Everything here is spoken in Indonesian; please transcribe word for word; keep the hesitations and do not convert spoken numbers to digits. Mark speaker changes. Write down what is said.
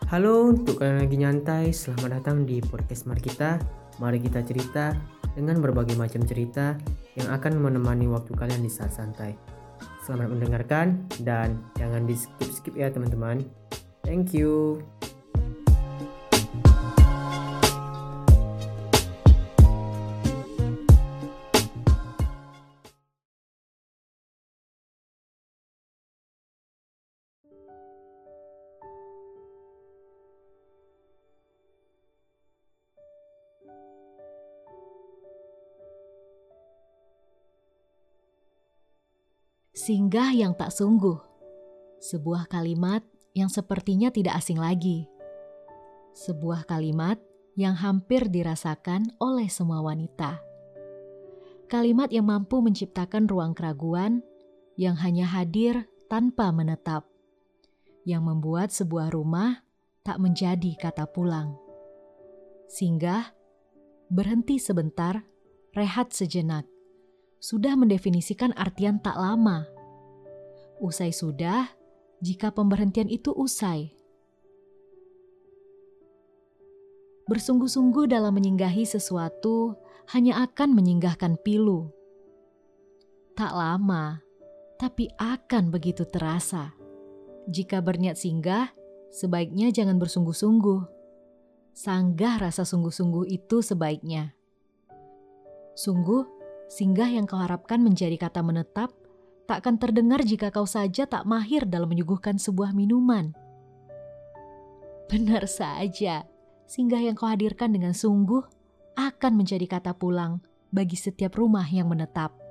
Speaker 1: Halo untuk kalian lagi nyantai, selamat datang di podcast Mari Kita. Mari kita cerita dengan berbagai macam cerita yang akan menemani waktu kalian di saat santai. Selamat mendengarkan dan jangan di skip-skip ya teman-teman. Thank you.
Speaker 2: Singgah yang tak sungguh, sebuah kalimat yang sepertinya tidak asing lagi. Sebuah kalimat yang hampir dirasakan oleh semua wanita. Kalimat yang mampu menciptakan ruang keraguan yang hanya hadir tanpa menetap. Yang membuat sebuah rumah tak menjadi kata pulang. Singgah, berhenti sebentar, rehat sejenak. Sudah mendefinisikan artian tak lama. Usai sudah, jika pemberhentian itu usai. Bersungguh-sungguh dalam menyinggahi sesuatu hanya akan menyinggahkan pilu. Tak lama, tapi akan begitu terasa. Jika berniat singgah, sebaiknya jangan bersungguh-sungguh. Sanggah rasa sungguh-sungguh itu sebaiknya. Sungguh, singgah yang kau harapkan menjadi kata menetap tak akan terdengar jika kau saja tak mahir dalam menyuguhkan sebuah minuman. Benar saja, singgah yang kau hadirkan dengan sungguh akan menjadi kata pulang bagi setiap rumah yang menetap.